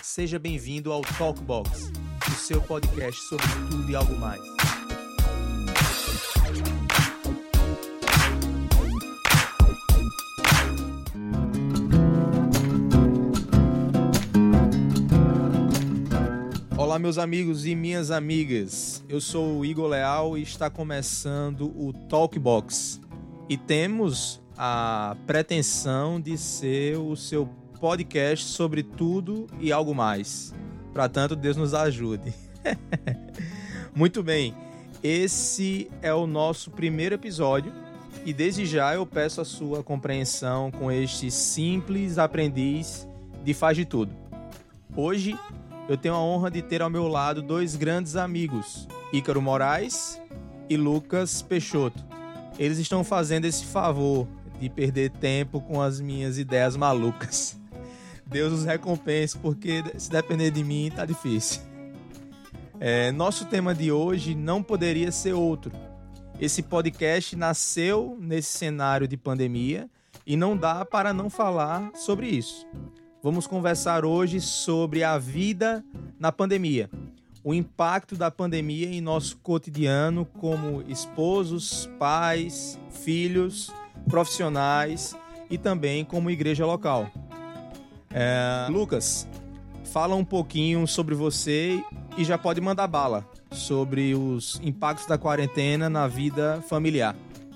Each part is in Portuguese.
seja bem-vindo ao Talkbox, o seu podcast sobre tudo e algo mais. Olá, meus amigos e minhas amigas. Eu sou o Igor Leal e está começando o Talkbox. E temos a pretensão de ser o seu podcast sobre tudo e algo mais. Para tanto, Deus nos ajude. Muito bem, esse é o nosso primeiro episódio e desde já eu peço a sua compreensão com este simples aprendiz de faz de tudo. Hoje eu tenho a honra de ter ao meu lado dois grandes amigos, Ícaro Moraes e Lucas Peixoto. Eles estão fazendo esse favor de perder tempo com as minhas ideias malucas. Deus os recompense, porque se depender de mim, tá difícil. Nosso tema de hoje não poderia ser outro. Esse podcast nasceu nesse cenário de pandemia e não dá para não falar sobre isso. Vamos conversar hoje sobre a vida na pandemia, o impacto da pandemia em nosso cotidiano como esposos, pais, filhos, profissionais e também como igreja local. Lucas, fala um pouquinho sobre você e já pode mandar bala sobre os impactos da quarentena na vida familiar.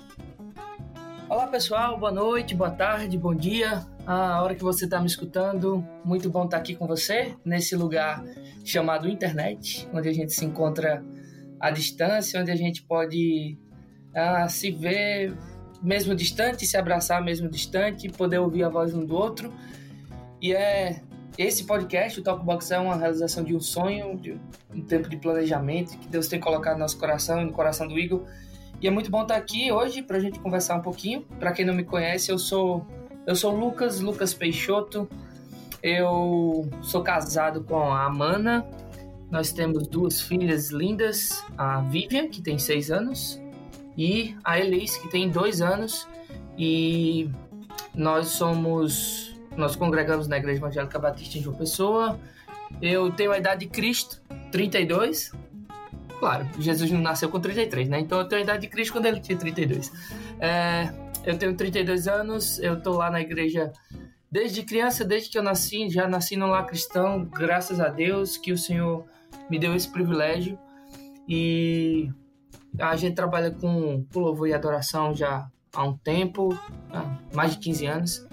Olá pessoal, boa noite, boa tarde, bom dia. A hora que você está me escutando, muito bom estar aqui com você, nesse lugar chamado internet, onde a gente se encontra à distância, onde a gente pode se ver mesmo distante, se abraçar mesmo distante, poder ouvir a voz um do outro. E esse podcast, o Talkbox, é uma realização de um sonho, de um tempo de planejamento que Deus tem colocado no nosso coração e no coração do Igor. E é muito bom estar aqui hoje para a gente conversar um pouquinho. Para quem não me conhece, eu sou o Lucas Peixoto. Eu sou casado com a Amana. Nós temos duas filhas lindas, a Vivian, que tem 6 anos, e a Elis, que tem 2 anos. E nós congregamos na Igreja Evangélica Batista em João Pessoa. Eu tenho a idade de Cristo, 32. Claro, Jesus não nasceu com 33, né? Então eu tenho a idade de Cristo quando ele tinha 32. Eu tenho 32 anos, eu tô lá na igreja desde criança, desde que eu nasci. Já nasci num lar cristão, graças a Deus que o Senhor me deu esse privilégio. E a gente trabalha com louvor e adoração já há um tempo, mais de 15 anos.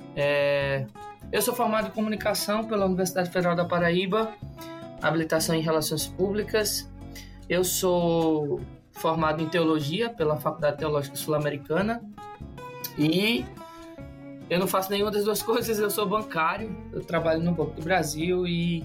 Eu sou formado em comunicação pela Universidade Federal da Paraíba, habilitação em relações públicas. Eu sou formado em teologia pela Faculdade Teológica Sul-Americana e eu não faço nenhuma das duas coisas. Eu sou bancário, eu trabalho no Banco do Brasil e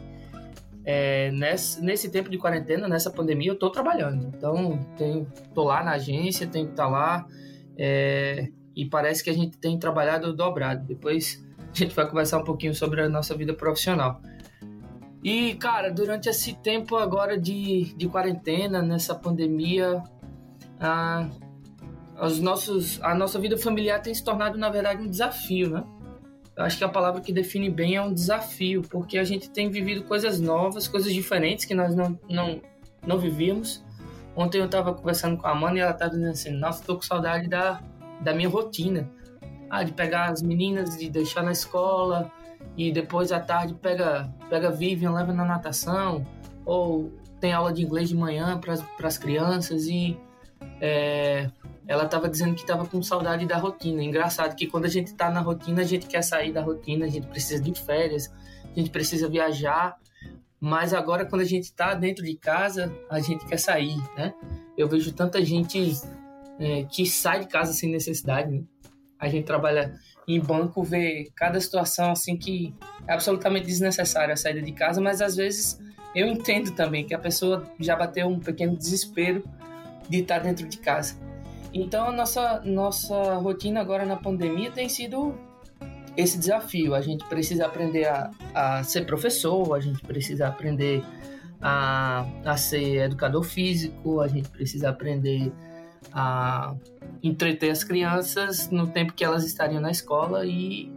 nesse tempo de quarentena, nessa pandemia, eu estou trabalhando. Então, estou lá na agência, tenho que estar lá e parece que a gente tem trabalhado dobrado. Depois a gente vai conversar um pouquinho sobre a nossa vida profissional. E, cara, durante esse tempo agora de quarentena, nessa pandemia, a nossa vida familiar tem se tornado, na verdade, um desafio, né? Eu acho que a palavra que define bem é um desafio, porque a gente tem vivido coisas novas, coisas diferentes que nós não vivíamos. Ontem eu estava conversando com a Amanda e ela estava dizendo assim: nossa, estou com saudade da minha rotina. De pegar as meninas, de deixar na escola e depois à tarde pega a Vivian, leva na natação, ou tem aula de inglês de manhã para as crianças. E ela estava dizendo que estava com saudade da rotina. Engraçado que quando a gente está na rotina, a gente quer sair da rotina, a gente precisa de férias, a gente precisa viajar, mas agora quando a gente está dentro de casa, a gente quer sair, né? Eu vejo tanta gente que sai de casa sem necessidade, né? A gente trabalha em banco, vê cada situação assim que é absolutamente desnecessária a saída de casa, mas às vezes eu entendo também que a pessoa já bateu um pequeno desespero de estar dentro de casa. Então a nossa rotina agora na pandemia tem sido esse desafio. A gente precisa aprender a ser professor, a gente precisa aprender a ser educador físico, a gente precisa aprender a entreter as crianças no tempo que elas estariam na escola, e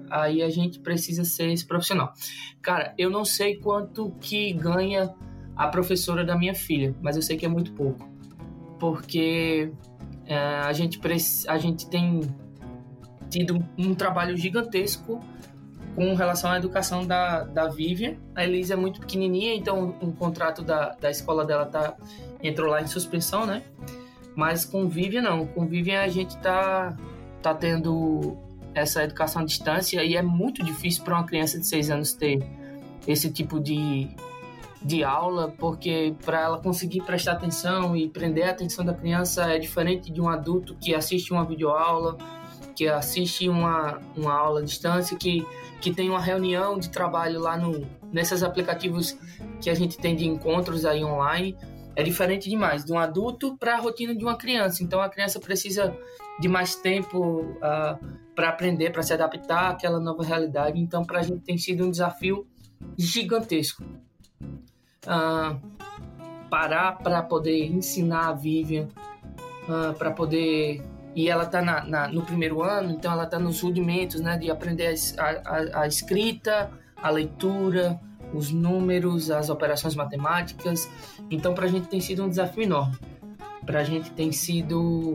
aí a gente precisa ser esse profissional. Cara, eu não sei quanto que ganha a professora da minha filha, mas eu sei que é muito pouco, porque a gente tem tido um trabalho gigantesco com relação à educação da Vivian. A Elisa é muito pequenininha, então o contrato da escola dela entrou lá em suspensão, né? Mas com Vivian não. Com Vivian a gente tá tendo essa educação à distância, e é muito difícil para uma criança de 6 anos ter esse tipo de aula, porque para ela conseguir prestar atenção e prender a atenção da criança é diferente de um adulto que assiste uma videoaula, que assiste uma aula à distância, que tem uma reunião de trabalho lá nesses aplicativos que a gente tem de encontros aí online. É diferente demais de um adulto para a rotina de uma criança. Então a criança precisa de mais tempo para aprender, para se adaptar àquela nova realidade. Então para a gente tem sido um desafio gigantesco. Parar para poder ensinar a Vivian, para poder... E ela está no primeiro ano, então ela está nos rudimentos, né, de aprender a escrita, a leitura, os números, as operações matemáticas. Então, para a gente tem sido um desafio enorme. Para a gente tem sido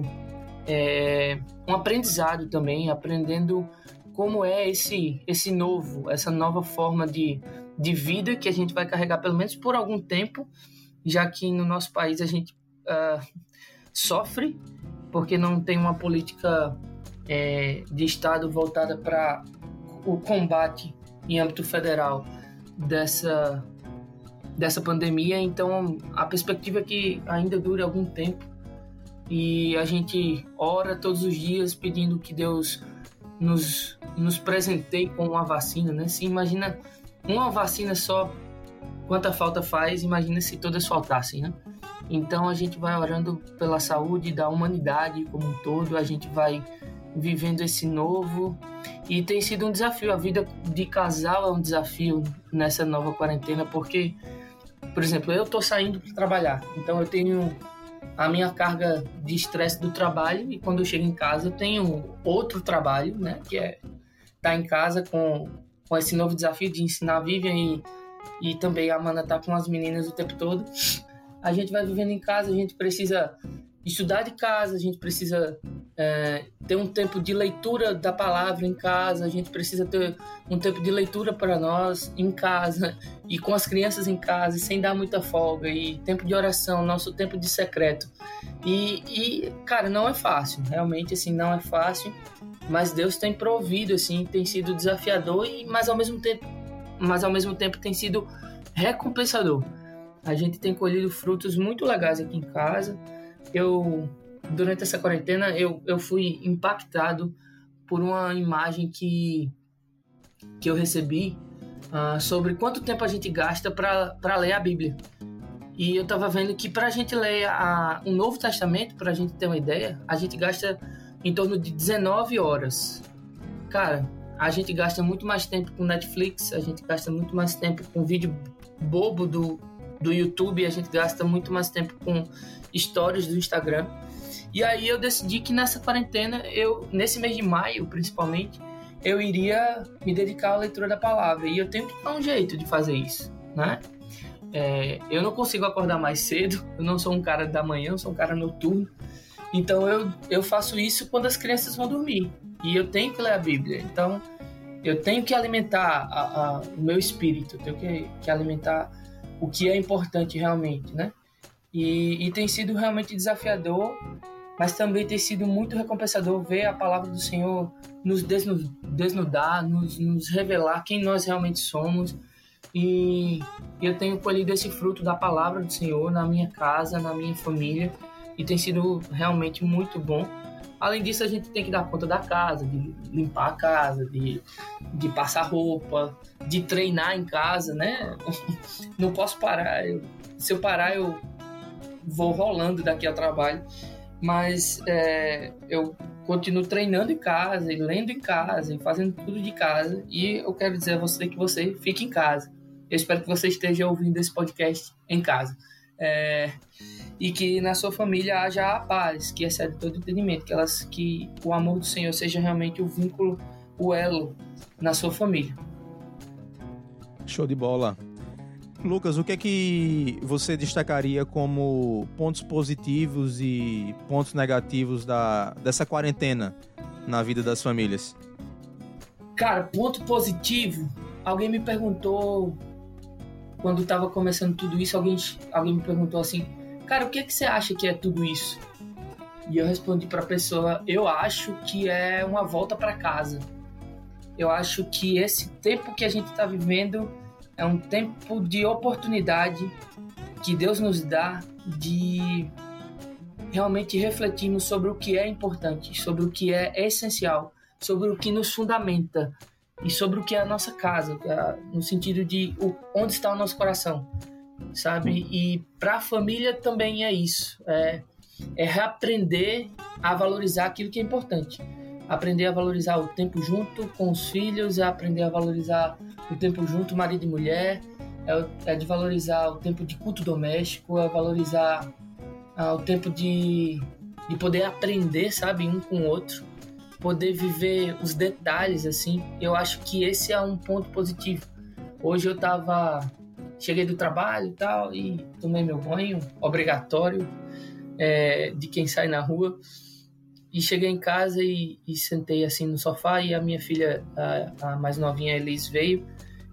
um aprendizado também, aprendendo como é essa nova forma de vida que a gente vai carregar, pelo menos por algum tempo, já que no nosso país a gente sofre porque não tem uma política de Estado voltada para o combate em âmbito federal dessa pandemia. Então a perspectiva é que ainda dure algum tempo, e a gente ora todos os dias pedindo que Deus nos presenteie com uma vacina, né? Se imagina uma vacina só, quanta falta faz, imagina se todas faltassem, né? Então a gente vai orando pela saúde da humanidade como um todo, a gente vai vivendo esse novo, e tem sido um desafio. A vida de casal é um desafio nessa nova quarentena, porque, por exemplo, eu estou saindo para trabalhar, então eu tenho a minha carga de estresse do trabalho, e quando eu chego em casa eu tenho outro trabalho, né, que é estar em casa com esse novo desafio de ensinar a Vivian, e também a Amanda tá com as meninas o tempo todo. A gente vai vivendo em casa, a gente precisa estudar de casa, a gente precisa ter um tempo de leitura da palavra em casa, a gente precisa ter um tempo de leitura para nós em casa, e com as crianças em casa, e sem dar muita folga, e tempo de oração, nosso tempo de secreto. E cara, não é fácil, realmente, assim, não é fácil, mas Deus tem provido, assim, tem sido desafiador, mas ao mesmo tempo tem sido recompensador. A gente tem colhido frutos muito legais aqui em casa. Durante essa quarentena, eu fui impactado por uma imagem que eu recebi sobre quanto tempo a gente gasta para ler a Bíblia. E eu estava vendo que para a gente ler o Novo Testamento, para a gente ter uma ideia, a gente gasta em torno de 19 horas. Cara, a gente gasta muito mais tempo com Netflix, a gente gasta muito mais tempo com vídeo bobo do YouTube, a gente gasta muito mais tempo com stories do Instagram. E aí eu decidi que nessa quarentena, nesse mês de maio principalmente, eu iria me dedicar à leitura da palavra, e eu tenho que dar um jeito de fazer isso, né? Eu não consigo acordar mais cedo, eu não sou um cara da manhã, eu sou um cara noturno, então eu faço isso quando as crianças vão dormir, e eu tenho que ler a Bíblia. Então eu tenho que alimentar o meu espírito, eu tenho que alimentar o que é importante realmente, né? E tem sido realmente desafiador, mas também tem sido muito recompensador ver a palavra do Senhor nos desnudar, nos revelar quem nós realmente somos. E eu tenho colhido esse fruto da palavra do Senhor na minha casa, na minha família, e tem sido realmente muito bom. Além disso, a gente tem que dar conta da casa, de limpar a casa, de passar roupa, de treinar em casa, né? Não posso parar. Se eu parar, eu vou rolando daqui ao trabalho. Mas eu continuo treinando em casa, e lendo em casa, e fazendo tudo de casa. E eu quero dizer a você que você fique em casa. Eu espero que você esteja ouvindo esse podcast em casa. E que na sua família haja a paz, que excede todo entendimento, que o amor do Senhor seja realmente o vínculo, o elo na sua família. Show de bola. Lucas, o que é que você destacaria como pontos positivos e pontos negativos dessa quarentena na vida das famílias? Cara, ponto positivo, alguém me perguntou, quando estava começando tudo isso, alguém me perguntou assim, cara, o que você acha que é tudo isso? E eu respondi para a pessoa, eu acho que é uma volta para casa. Eu acho que esse tempo que a gente está vivendo é um tempo de oportunidade que Deus nos dá de realmente refletirmos sobre o que é importante, sobre o que é essencial, sobre o que nos fundamenta e sobre o que é a nossa casa, no sentido de onde está o nosso coração, sabe? E para a família também é isso, é reaprender a valorizar aquilo que é importante. Aprender a valorizar o tempo junto com os filhos, aprender a valorizar o tempo junto, marido e mulher, é de valorizar o tempo de culto doméstico, é valorizar o tempo de poder aprender, sabe, um com o outro, poder viver os detalhes, assim. Eu acho que esse é um ponto positivo. Hoje eu cheguei do trabalho e tal, e tomei meu banho, obrigatório, de quem sai na rua, e cheguei em casa e sentei assim no sofá, e a minha filha, a mais novinha, Elis, veio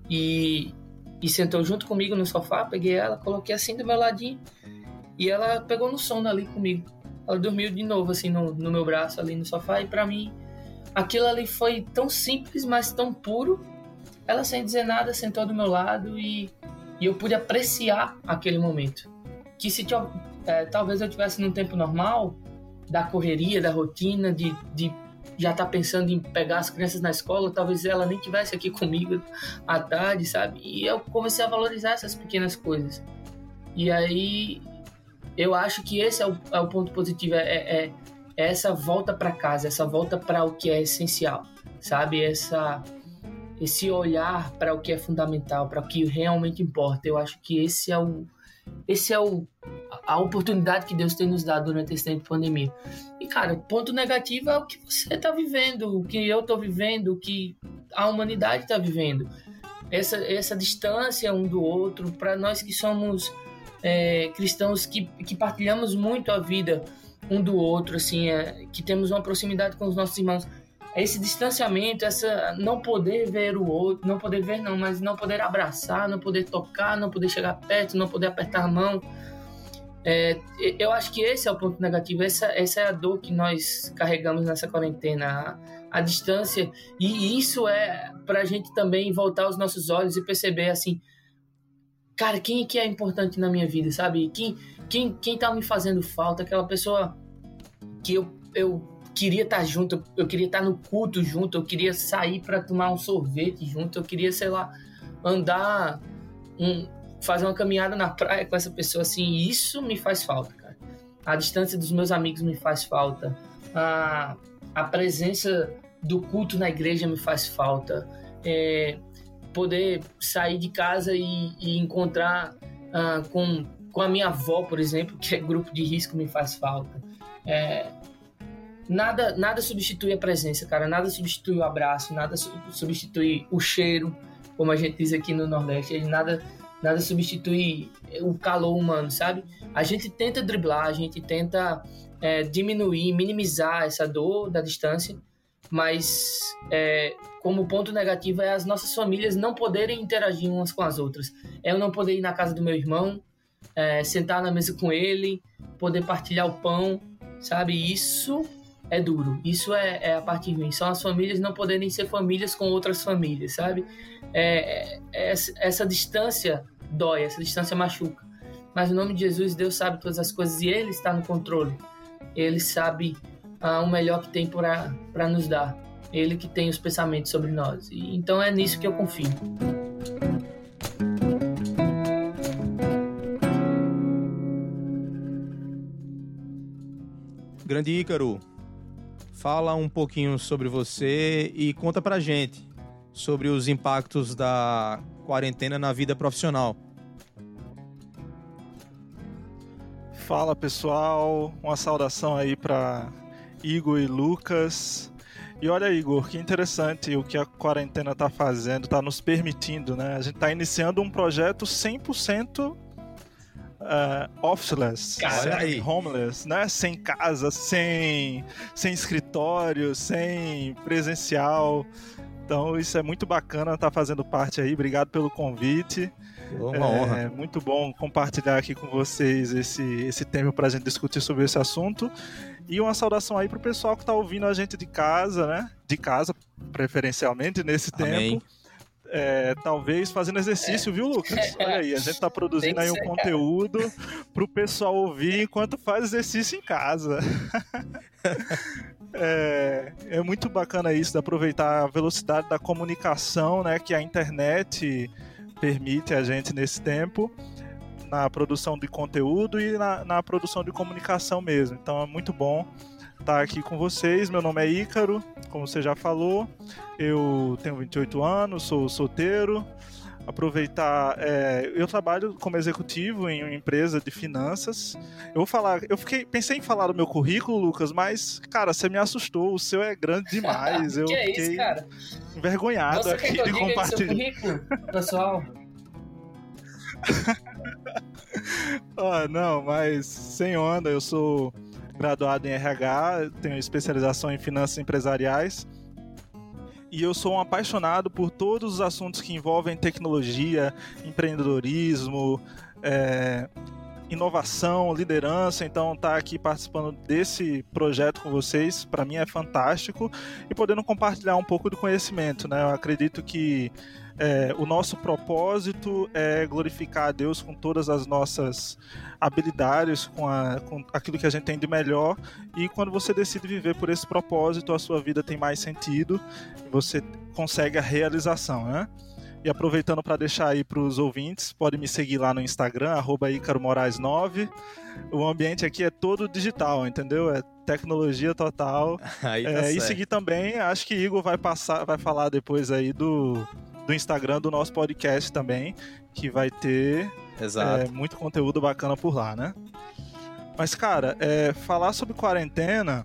e sentou junto comigo no sofá. Peguei ela, coloquei assim do meu ladinho e ela pegou no sono ali comigo. Ela dormiu de novo assim no meu braço ali no sofá, e pra mim aquilo ali foi tão simples, mas tão puro. Ela, sem dizer nada, sentou do meu lado e eu pude apreciar aquele momento. Que se talvez eu estivesse num tempo normal, da correria, da rotina, de já estar pensando em pegar as crianças na escola, talvez ela nem estivesse aqui comigo à tarde, sabe? E eu comecei a valorizar essas pequenas coisas. E aí eu acho que esse é o ponto positivo, é essa volta para casa, essa volta para o que é essencial, sabe? Esse olhar para o que é fundamental, para o que realmente importa. Eu acho que esse é a oportunidade que Deus tem nos dado durante esse tempo de pandemia. E, cara, o ponto negativo é o que você está vivendo, o que eu estou vivendo, o que a humanidade está vivendo. Essa distância um do outro, para nós que somos cristãos que partilhamos muito a vida um do outro, assim, que temos uma proximidade com os nossos irmãos. Esse distanciamento, essa não poder ver o outro, não poder ver não, mas não poder abraçar, não poder tocar, não poder chegar perto, não poder apertar a mão. Eu acho que esse é o ponto negativo, essa é a dor que nós carregamos nessa quarentena, a distância, e isso é pra gente também voltar os nossos olhos e perceber assim, cara, quem que é importante na minha vida, sabe? Quem tá me fazendo falta, aquela pessoa que eu queria estar junto, eu queria estar no culto junto, eu queria sair para tomar um sorvete junto, eu queria, sei lá, fazer uma caminhada na praia com essa pessoa, assim. Isso me faz falta, cara. A distância dos meus amigos me faz falta, a presença do culto na igreja me faz falta, poder sair de casa e encontrar com a minha avó, por exemplo, que é grupo de risco, me faz falta. Nada substitui a presença, cara. Nada substitui o abraço, nada substitui o cheiro, como a gente diz aqui no Nordeste. Nada substitui o calor humano, sabe? A gente tenta driblar, a gente tenta diminuir, minimizar essa dor da distância, mas como ponto negativo é as nossas famílias não poderem interagir umas com as outras. Eu não poder ir na casa do meu irmão, sentar na mesa com ele, poder partilhar o pão, sabe? Isso é duro, isso é a parte ruim. São as famílias não poderem ser famílias com outras famílias, sabe? Essa distância dói, essa distância machuca. Mas no nome de Jesus, Deus sabe todas as coisas e Ele está no controle. Ele sabe o melhor que tem para nos dar. Ele que tem os pensamentos sobre nós. E, então é nisso que eu confio. Grande Ícaro, fala um pouquinho sobre você e conta pra gente sobre os impactos da quarentena na vida profissional. Fala pessoal, uma saudação aí para Igor e Lucas. E olha, Igor, que interessante o que a quarentena está fazendo, está nos permitindo, né? A gente está iniciando um projeto 100% officeless, homeless, né? Sem casa, sem escritório, sem presencial. Então isso é muito bacana estar fazendo parte aí. Obrigado pelo convite. Uma honra. É muito bom compartilhar aqui com vocês esse tempo para a gente discutir sobre esse assunto. E uma saudação aí pro pessoal que está ouvindo a gente de casa, né? De casa, preferencialmente, nesse Amém. tempo. Talvez fazendo exercício, viu, Lucas? Olha aí, a gente tá produzindo aí um conteúdo pro pessoal ouvir enquanto faz exercício em casa. É muito bacana isso, de aproveitar a velocidade da comunicação, né, que a internet permite a gente nesse tempo, na produção de conteúdo e na produção de comunicação mesmo. Então é muito bom estar aqui com vocês. Meu nome é Ícaro, como você já falou, eu tenho 28 anos, sou solteiro. Aproveitar, eu trabalho como executivo em uma empresa de finanças. Pensei em falar do meu currículo, Lucas, mas, cara, você me assustou, o seu é grande demais. Eu fiquei isso, cara? envergonhado Você aqui de compartilhar. Seu currículo, pessoal? Não, mas sem onda, eu sou graduado em RH, tenho especialização em finanças empresariais e eu sou um apaixonado por todos os assuntos que envolvem tecnologia, empreendedorismo, inovação, liderança. Então estar aqui participando desse projeto com vocês, para mim é fantástico, e podendo compartilhar um pouco do conhecimento, né? Eu acredito que o nosso propósito é glorificar a Deus com todas as nossas habilidades, com aquilo que a gente tem de melhor, e quando você decide viver por esse propósito, a sua vida tem mais sentido, você consegue a realização, né? E aproveitando para deixar aí para os ouvintes, pode me seguir lá no Instagram, @IcaroMoraes9. O ambiente aqui é todo digital, entendeu? É tecnologia total. Aí tá e seguir também, acho que Igor vai falar depois aí do Instagram do nosso podcast também, que vai ter muito conteúdo bacana por lá, né? Mas, cara, falar sobre quarentena,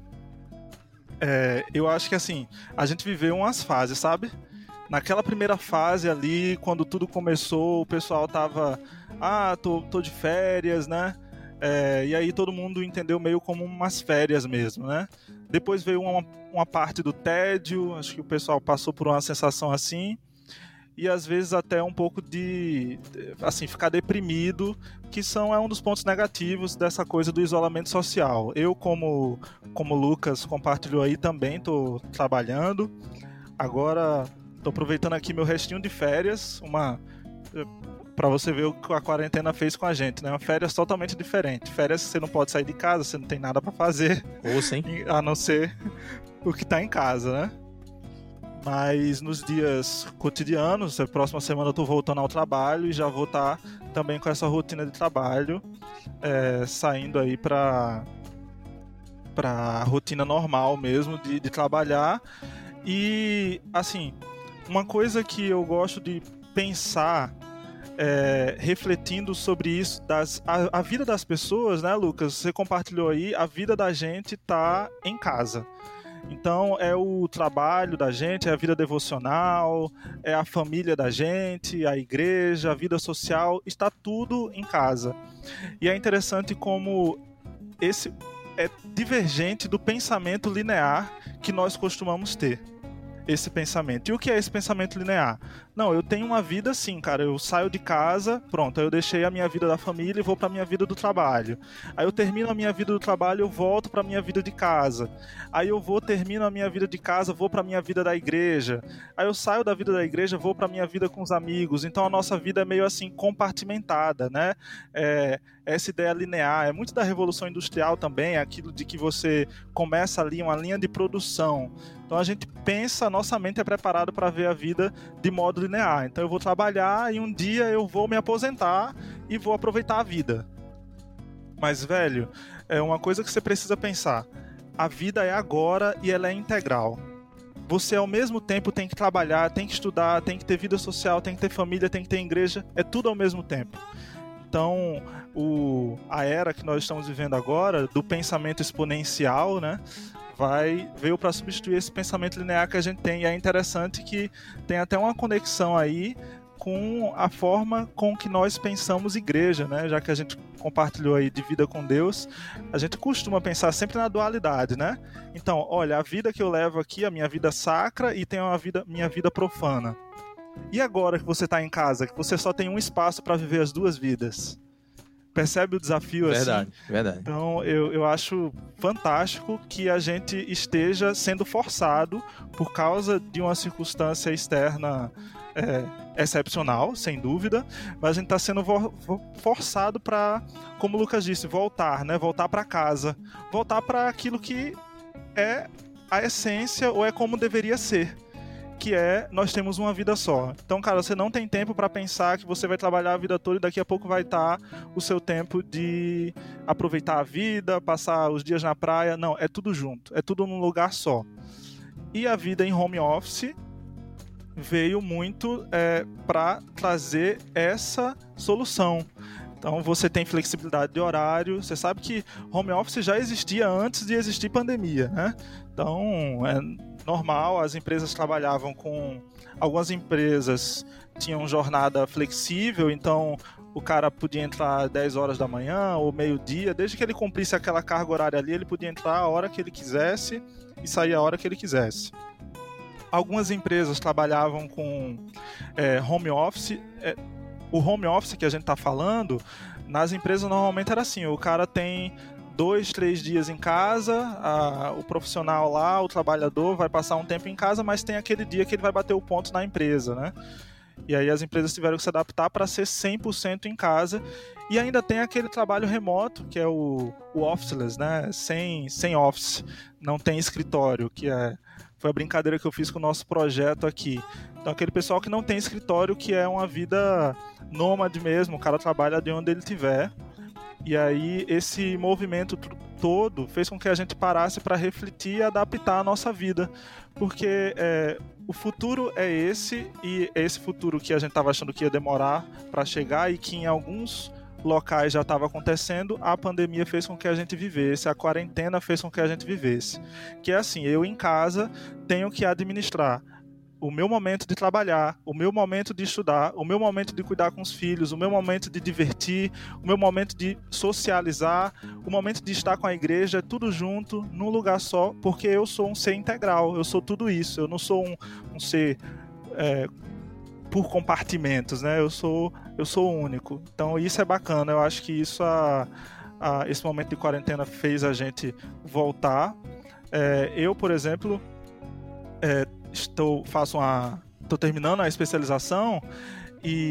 eu acho que assim, a gente viveu umas fases, sabe? Naquela primeira fase ali, quando tudo começou, o pessoal tava, tô de férias, né? E aí todo mundo entendeu meio como umas férias mesmo, né? Depois veio uma parte do tédio, acho que o pessoal passou por uma sensação assim, e às vezes até um pouco de assim, ficar deprimido, que é um dos pontos negativos dessa coisa do isolamento social. Eu, como o Lucas compartilhou aí, também tô trabalhando. Agora tô aproveitando aqui meu restinho de férias, para você ver o que a quarentena fez com a gente, né? Uma férias totalmente diferente. Férias que você não pode sair de casa, você não tem nada para fazer, a não ser o que tá em casa, né? Mas nos dias cotidianos, a próxima semana eu tô voltando ao trabalho e já vou estar também com essa rotina de trabalho, saindo aí para a rotina normal mesmo de trabalhar. E, assim, uma coisa que eu gosto de pensar, refletindo sobre isso, a vida das pessoas, né, Lucas? Você compartilhou aí, a vida da gente tá em casa. Então é o trabalho da gente, é a vida devocional, é a família da gente, a igreja, a vida social, está tudo em casa. E é interessante como esse é divergente do pensamento linear que nós costumamos ter. Esse pensamento. E o que é esse pensamento linear? Não, eu tenho uma vida assim, cara, eu saio de casa, pronto, aí eu deixei a minha vida da família e vou pra minha vida do trabalho. Aí eu termino a minha vida do trabalho, eu volto pra minha vida de casa. Aí eu termino a minha vida de casa, vou pra minha vida da igreja. Aí eu saio da vida da igreja, vou pra minha vida com os amigos. Então a nossa vida é meio assim compartimentada, né? Essa ideia linear, é muito da Revolução Industrial também, aquilo de que você começa ali uma linha de produção. Então a gente pensa, nossa mente é preparada para ver a vida de modo linear. Então eu vou trabalhar e um dia eu vou me aposentar e vou aproveitar a vida. Mas, velho, é uma coisa que você precisa pensar. A vida é agora e ela é integral. Você ao mesmo tempo tem que trabalhar, tem que estudar, tem que ter vida social, tem que ter família, tem que ter igreja. É tudo ao mesmo tempo. Então, a era que nós estamos vivendo agora, do pensamento exponencial, né, veio para substituir esse pensamento linear que a gente tem. E é interessante que tem até uma conexão aí com a forma com que nós pensamos igreja, né? Já que a gente compartilhou aí de vida com Deus, a gente costuma pensar sempre na dualidade, né? Então, olha, a vida que eu levo aqui, a minha vida sacra, e tem minha vida profana. E agora que você está em casa, que você só tem um espaço para viver as duas vidas? Percebe o desafio? Verdade, assim? Verdade. Então, eu acho fantástico que a gente esteja sendo forçado por causa de uma circunstância externa excepcional, sem dúvida, mas a gente está sendo forçado para, como o Lucas disse, voltar, né? Voltar para casa, voltar para aquilo que é a essência ou é como deveria ser, que é, nós temos uma vida só. Então, cara, você não tem tempo para pensar que você vai trabalhar a vida toda e daqui a pouco vai estar o seu tempo de aproveitar a vida, passar os dias na praia. Não, é tudo junto, é tudo num lugar só. E a vida em home office veio muito para trazer essa solução. Então você tem flexibilidade de horário, você sabe que home office já existia antes de existir pandemia, né? Então é normal, as empresas trabalhavam com... Algumas empresas tinham jornada flexível, então o cara podia entrar 10 horas da manhã ou meio-dia, desde que ele cumprisse aquela carga horária ali, ele podia entrar a hora que ele quisesse e sair a hora que ele quisesse. Algumas empresas trabalhavam com home office. O home office que a gente está falando, nas empresas normalmente era assim, o cara tem 2, 3 dias em casa, o profissional lá, o trabalhador vai passar um tempo em casa, mas tem aquele dia que ele vai bater o ponto na empresa, né? E aí as empresas tiveram que se adaptar para ser 100% em casa. E ainda tem aquele trabalho remoto, que é o officeless, né? Sem office, não tem escritório, foi a brincadeira que eu fiz com o nosso projeto aqui. Então, aquele pessoal que não tem escritório, que é uma vida nômade mesmo, o cara trabalha de onde ele estiver. E aí, esse movimento todo fez com que a gente parasse para refletir e adaptar a nossa vida. Porque o futuro é esse, e é esse futuro que a gente estava achando que ia demorar para chegar e que em alguns locais já estava acontecendo, a pandemia fez com que a gente vivesse, a quarentena fez com que a gente vivesse. Que é assim, eu em casa tenho que administrar o meu momento de trabalhar, o meu momento de estudar, o meu momento de cuidar com os filhos, o meu momento de divertir, o meu momento de socializar, o momento de estar com a igreja, tudo junto, num lugar só, porque eu sou um ser integral, eu sou tudo isso, eu não sou um ser por compartimentos, né? Eu sou único. Então isso é bacana, eu acho que isso esse momento de quarentena fez a gente voltar. Eu, por exemplo, estou terminando a especialização e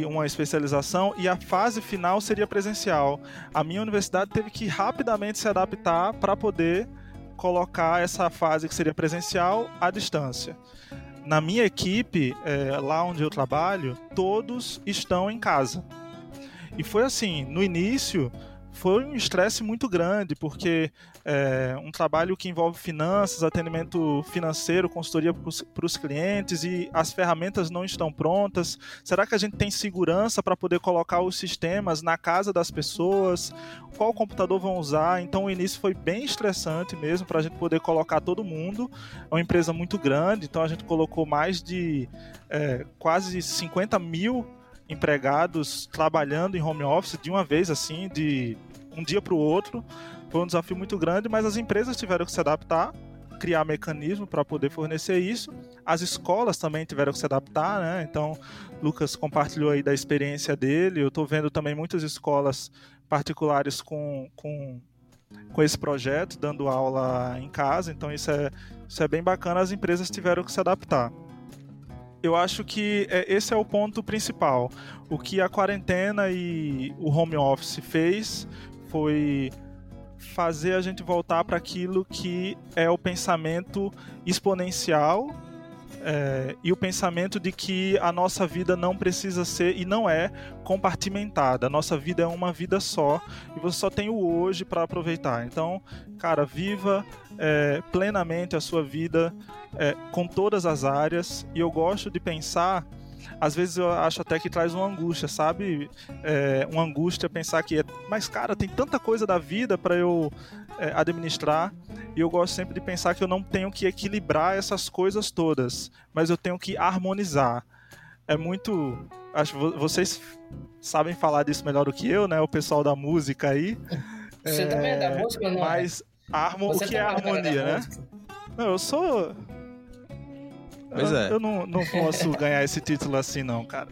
a fase final seria presencial. A minha universidade teve que rapidamente se adaptar para poder colocar essa fase que seria presencial à distância. Na minha equipe, lá onde eu trabalho, todos estão em casa. E foi assim, no início foi um estresse muito grande, porque um trabalho que envolve finanças, atendimento financeiro, consultoria para os clientes, e as ferramentas não estão prontas. Será que a gente tem segurança para poder colocar os sistemas na casa das pessoas? Qual computador vão usar? Então o início foi bem estressante mesmo para a gente poder colocar todo mundo. É uma empresa muito grande, então a gente colocou mais de quase 50 mil empregados trabalhando em home office de uma vez, assim, de um dia para o outro. Foi um desafio muito grande, mas as empresas tiveram que se adaptar, criar mecanismo para poder fornecer isso. As escolas também tiveram que se adaptar, né? Então, Lucas compartilhou aí da experiência dele. Eu estou vendo também muitas escolas particulares com esse projeto, dando aula em casa. Então, isso é bem bacana. As empresas tiveram que se adaptar. Eu acho que esse é o ponto principal. O que a quarentena e o home office fez foi fazer a gente voltar para aquilo que é o pensamento exponencial, e o pensamento de que a nossa vida não precisa ser e não é compartimentada. A nossa vida é uma vida só e você só tem o hoje para aproveitar. Então, cara, viva plenamente a sua vida com todas as áreas. E eu gosto de pensar, às vezes eu acho até que traz uma angústia, sabe? Uma angústia pensar que mas cara, tem tanta coisa da vida para eu administrar. e eu gosto sempre de pensar que eu não tenho que equilibrar essas coisas todas, mas eu tenho que harmonizar. É muito... Acho que vocês sabem falar disso melhor do que eu, né? O pessoal da música aí. Você também é da música, não é? Mas o que é harmonia, né? Não, eu sou... Pois é. Eu não posso ganhar esse título assim, não, cara.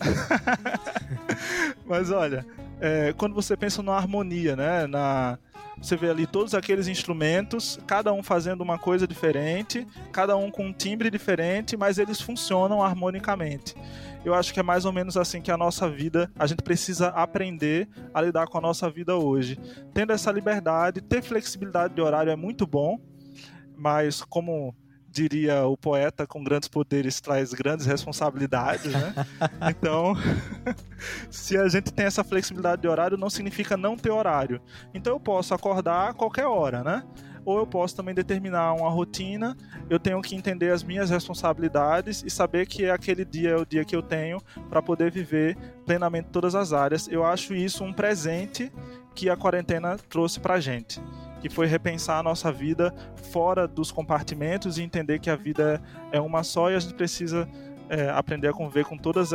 Mas olha, quando você pensa na harmonia, né? Você vê ali todos aqueles instrumentos, cada um fazendo uma coisa diferente, cada um com um timbre diferente, mas eles funcionam harmonicamente. Eu acho que é mais ou menos assim que a nossa vida, a gente precisa aprender a lidar com a nossa vida hoje. Tendo essa liberdade, ter flexibilidade de horário é muito bom, mas como diria o poeta, com grandes poderes traz grandes responsabilidades, né? Então, se a gente tem essa flexibilidade de horário, não significa não ter horário. Então eu posso acordar a qualquer hora, né? Ou eu posso também determinar uma rotina, eu tenho que entender as minhas responsabilidades e saber que aquele dia é o dia que eu tenho para poder viver plenamente todas as áreas. Eu acho isso um presente que a quarentena trouxe pra gente, que foi repensar a nossa vida fora dos compartimentos e entender que a vida é uma só e a gente precisa aprender a conviver com todas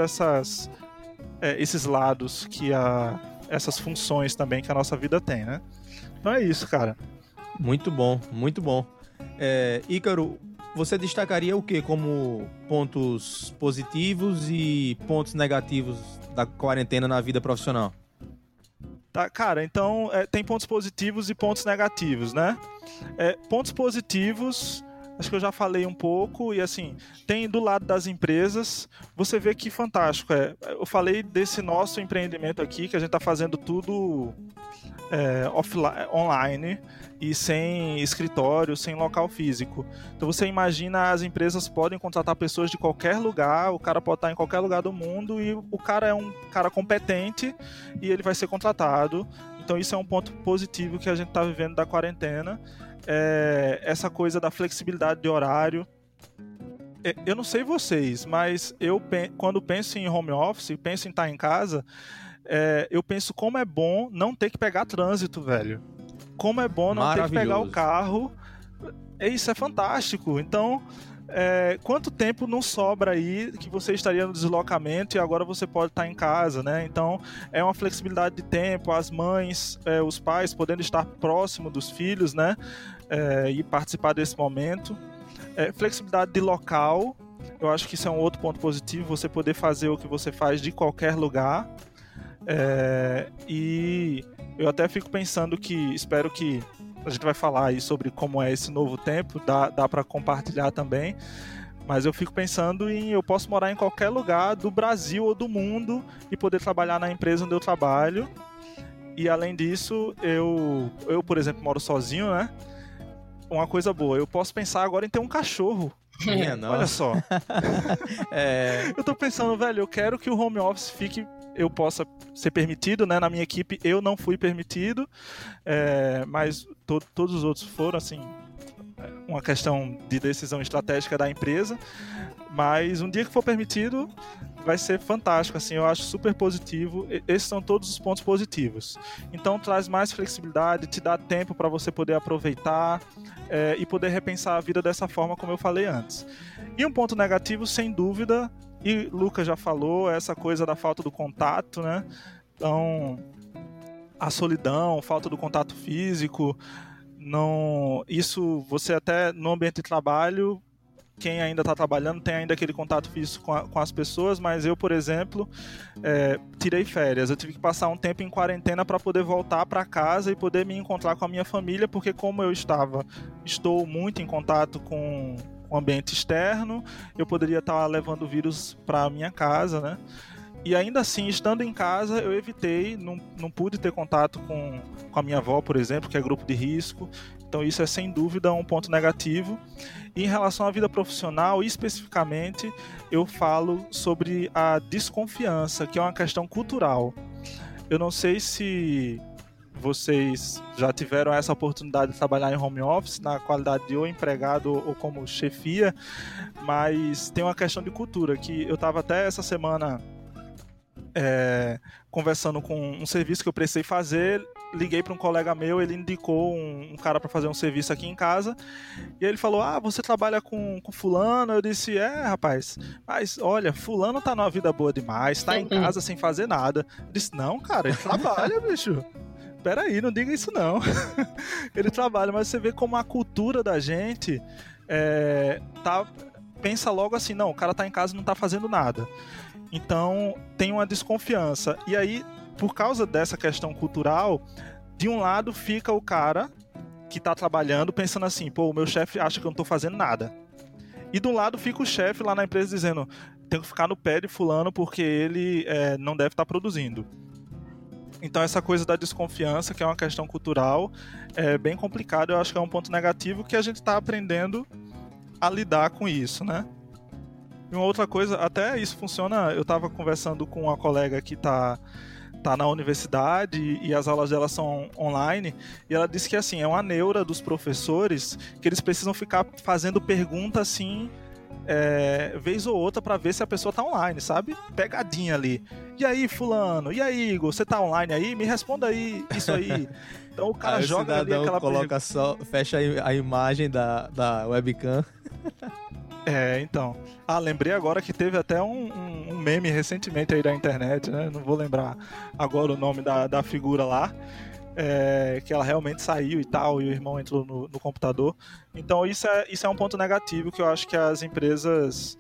esses lados, essas funções também que a nossa vida tem, né? Então é isso, cara. Muito bom, muito bom. Ícaro, você destacaria o que como pontos positivos e pontos negativos da quarentena na vida profissional? Tá, cara, então tem pontos positivos e pontos negativos, né? Pontos positivos, acho que eu já falei um pouco, e assim, tem do lado das empresas, você vê que fantástico. Eu falei desse nosso empreendimento aqui, que a gente tá fazendo tudo offline, online e sem escritório, sem local físico. Então você imagina, as empresas podem contratar pessoas de qualquer lugar, o cara pode estar em qualquer lugar do mundo e o cara é um cara competente e ele vai ser contratado. Então isso é um ponto positivo que a gente está vivendo da quarentena. Essa coisa da flexibilidade de horário. Eu não sei vocês, mas eu quando penso em home office, penso em estar em casa, eu penso como é bom não ter que pegar trânsito, velho. Como é bom não ter que pegar o carro. Isso é fantástico. Então, quanto tempo não sobra aí que você estaria no deslocamento e agora você pode estar em casa, né? Então, é uma flexibilidade de tempo, as mães, os pais podendo estar próximo dos filhos, né? E participar desse momento. Flexibilidade de local, eu acho que isso é um outro ponto positivo, você poder fazer o que você faz de qualquer lugar. E eu até fico pensando que, espero que a gente vai falar aí sobre como é esse novo tempo, dá para compartilhar também, mas eu fico pensando eu posso morar em qualquer lugar do Brasil ou do mundo e poder trabalhar na empresa onde eu trabalho. E além disso, eu por exemplo, moro sozinho, né? Uma coisa boa, eu posso pensar agora em ter um cachorro. Olha só. Eu tô pensando, velho, eu quero que o home office eu possa ser permitido, né? Na minha equipe eu não fui permitido, mas todos os outros foram, assim, uma questão de decisão estratégica da empresa. Mas um dia que for permitido, vai ser fantástico, assim, eu acho super positivo. Esses são todos os pontos positivos. Então traz mais flexibilidade, te dá tempo para você poder aproveitar e poder repensar a vida dessa forma, como eu falei antes. E um ponto negativo, sem dúvida, e Lucas já falou, essa coisa da falta do contato, né? Então, a solidão, falta do contato físico, isso você até no ambiente de trabalho, quem ainda está trabalhando tem ainda aquele contato físico com as pessoas, mas eu, por exemplo, tirei férias. Eu tive que passar um tempo em quarentena para poder voltar para casa e poder me encontrar com a minha família, porque como eu estou muito em contato com o ambiente externo, eu poderia estar levando o vírus para a minha casa, né? E ainda assim, estando em casa, eu evitei, não pude ter contato com a minha avó, por exemplo, que é grupo de risco. Então isso é sem dúvida um ponto negativo. E em relação à vida profissional, especificamente, eu falo sobre a desconfiança, que é uma questão cultural. Eu não sei se vocês já tiveram essa oportunidade de trabalhar em home office, na qualidade de ou empregado ou como chefia, mas tem uma questão de cultura, que eu estava até essa semana conversando com um serviço que eu precisei fazer liguei para um colega meu, ele indicou um cara para fazer um serviço aqui em casa, e aí ele falou, você trabalha com fulano? Eu disse, rapaz, mas olha, fulano tá numa vida boa demais, tá em casa sem fazer nada. Eu disse, não, cara, ele trabalha, bicho. Peraí, não diga isso não. Ele trabalha, mas você vê como a cultura da gente pensa logo assim, não, o cara tá em casa e não tá fazendo nada. Então, tem uma desconfiança. E aí, por causa dessa questão cultural, de um lado fica o cara que tá trabalhando pensando assim, pô, o meu chefe acha que eu não tô fazendo nada. E do lado fica o chefe lá na empresa dizendo, tenho que ficar no pé de fulano porque ele não deve estar produzindo. Então essa coisa da desconfiança, que é uma questão cultural, é bem complicado. Eu acho que é um ponto negativo que a gente está aprendendo a lidar com isso, né? E uma outra coisa, até isso funciona, eu estava conversando com uma colega que tá na universidade e as aulas dela são online, e ela disse que assim, é uma neura dos professores que eles precisam ficar fazendo pergunta assim, vez ou outra, para ver se a pessoa tá online, sabe? Pegadinha ali. E aí, fulano? E aí, Igor? Você tá online aí? Me responda aí, isso aí. Então o cara joga ali aquela coloca fecha a imagem da webcam. Então. Lembrei agora que teve até um meme recentemente aí da internet, né? Não vou lembrar agora o nome da figura lá. Que ela realmente saiu e tal, e o irmão entrou no computador. Então isso é um ponto negativo que eu acho que as empresas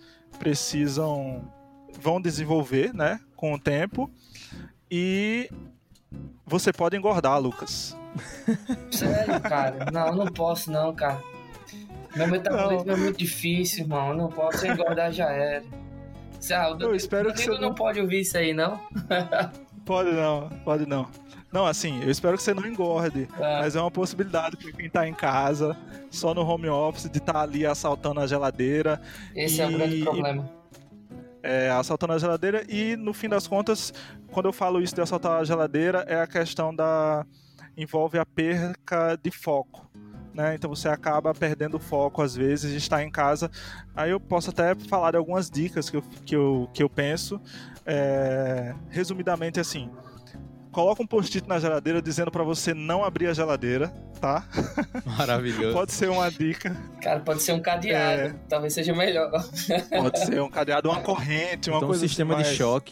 vão desenvolver, né, com o tempo. E você pode engordar, Lucas. Sério, cara? Não posso não, cara. Meu metabolismo é muito difícil, irmão. Eu não posso engordar, já era. Eu espero que você não pode ouvir isso aí, não? Pode não. Não, assim, eu espero que você não engorde, mas é uma possibilidade para quem tá em casa, só no home office, de estar ali assaltando a geladeira. Esse é o grande problema. Assaltando a geladeira, e no fim das contas, quando eu falo isso de assaltar a geladeira, é a questão envolve a perca de foco, né? Então você acaba perdendo o foco às vezes de estar em casa. Aí eu posso até falar de algumas dicas que eu penso, resumidamente assim. Coloca um post-it na geladeira dizendo pra você não abrir a geladeira, tá? Maravilhoso. Pode ser uma dica. Cara, pode ser um cadeado. Talvez seja melhor. Pode ser um cadeado, uma corrente, uma coisa um sistema assim, de choque.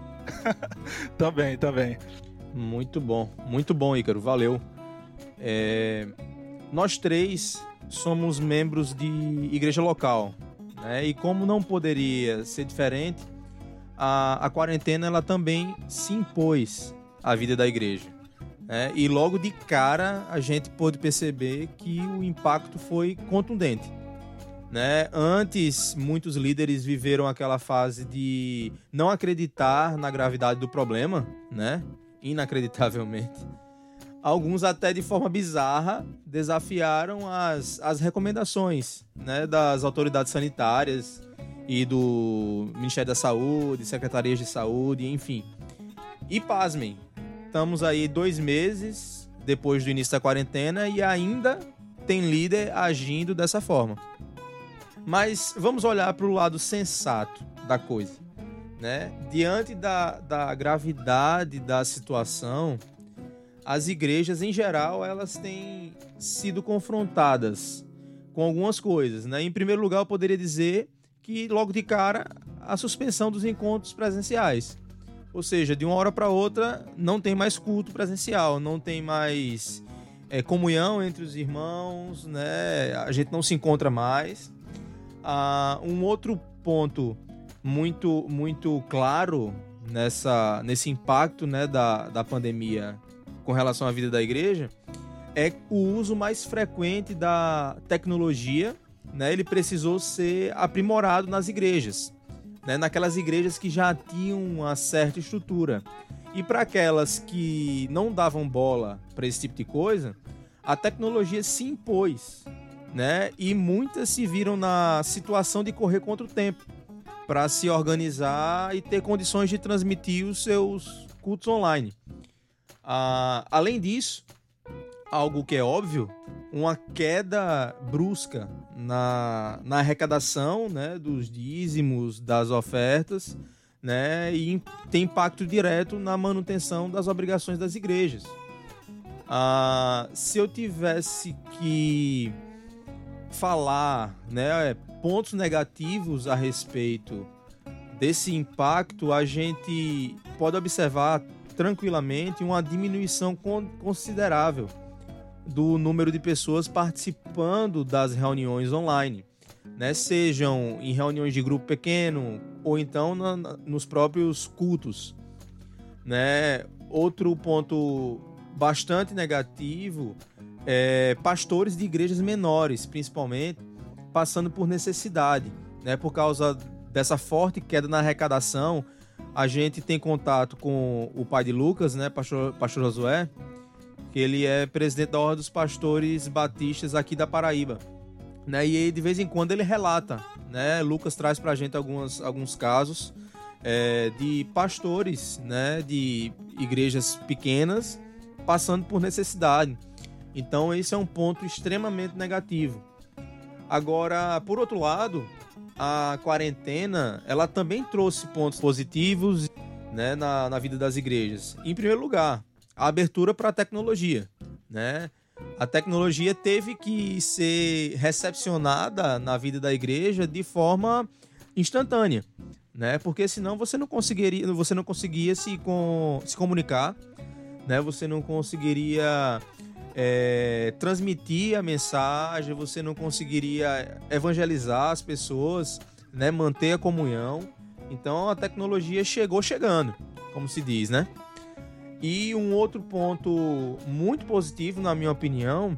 Também. Muito bom, Ícaro. Valeu. Nós três somos membros de igreja local, né? E como não poderia ser diferente, a quarentena ela também se impôs à vida da igreja, né? E logo de cara a gente pôde perceber que o impacto foi contundente, né? Antes, muitos líderes viveram aquela fase de não acreditar na gravidade do problema, né? Inacreditavelmente. Alguns até de forma bizarra desafiaram as recomendações, né, das autoridades sanitárias e do Ministério da Saúde, secretarias de saúde, enfim. E pasmem, estamos aí 2 meses depois do início da quarentena e ainda tem líder agindo dessa forma. Mas vamos olhar para o lado sensato da coisa, né? Diante da gravidade da situação, as igrejas, em geral, elas têm sido confrontadas com algumas coisas, né? Em primeiro lugar, eu poderia dizer que, logo de cara, a suspensão dos encontros presenciais. Ou seja, de uma hora para outra, não tem mais culto presencial, não tem mais comunhão entre os irmãos, né? A gente não se encontra mais. Um outro ponto muito, muito claro nesse impacto, né, da pandemia com relação à vida da igreja é o uso mais frequente da tecnologia, né? Ele precisou ser aprimorado nas igrejas, né? Naquelas igrejas que já tinham uma certa estrutura. E para aquelas que não davam bola para esse tipo de coisa, a tecnologia se impôs, né? E muitas se viram na situação de correr contra o tempo para se organizar e ter condições de transmitir os seus cultos online. Além disso, algo que é óbvio, uma queda brusca na arrecadação, né, dos dízimos, das ofertas, né, e tem impacto direto na manutenção das obrigações das igrejas. Se eu tivesse que falar, né, pontos negativos a respeito desse impacto, a gente pode observar tranquilamente uma diminuição considerável do número de pessoas participando das reuniões online, né? Sejam em reuniões de grupo pequeno ou então nos próprios cultos, né? Outro ponto bastante negativo é pastores de igrejas menores, principalmente, passando por necessidade, né? Por causa dessa forte queda na arrecadação, a gente tem contato com o pai de Lucas, né? Pastor Josué, que ele é presidente da Ordem dos Pastores Batistas aqui da Paraíba, né? E aí, de vez em quando ele relata, né? Lucas traz pra gente alguns casos de pastores, né? De igrejas pequenas passando por necessidade. Então esse é um ponto extremamente negativo. Agora, por outro lado, a quarentena ela também trouxe pontos positivos, né? Na vida das igrejas. Em primeiro lugar, a abertura para a tecnologia, né? A tecnologia teve que ser recepcionada na vida da igreja de forma instantânea, né? Porque senão você não conseguia se comunicar, né? Você não conseguiria transmitir a mensagem, você não conseguiria evangelizar as pessoas, né? Manter a comunhão. Então a tecnologia chegou chegando, como se diz, né? E um outro ponto muito positivo, na minha opinião,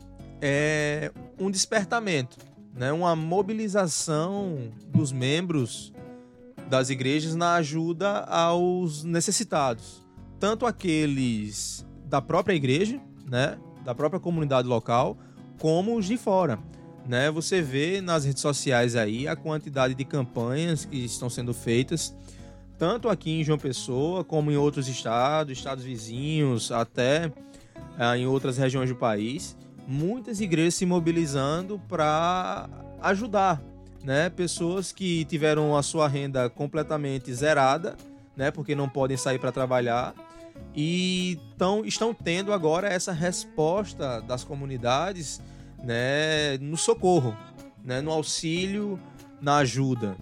é um despertamento, né? Uma mobilização dos membros das igrejas na ajuda aos necessitados. Tanto aqueles da própria igreja, né? Da própria comunidade local, como os de fora, né? Você vê nas redes sociais aí a quantidade de campanhas que estão sendo feitas, tanto aqui em João Pessoa, como em outros estados vizinhos, até em outras regiões do país. Muitas igrejas se mobilizando para ajudar, né? Pessoas que tiveram a sua renda completamente zerada, né? Porque não podem sair para trabalhar, e estão tendo agora essa resposta das comunidades, né? No socorro, né? No auxílio, na ajuda.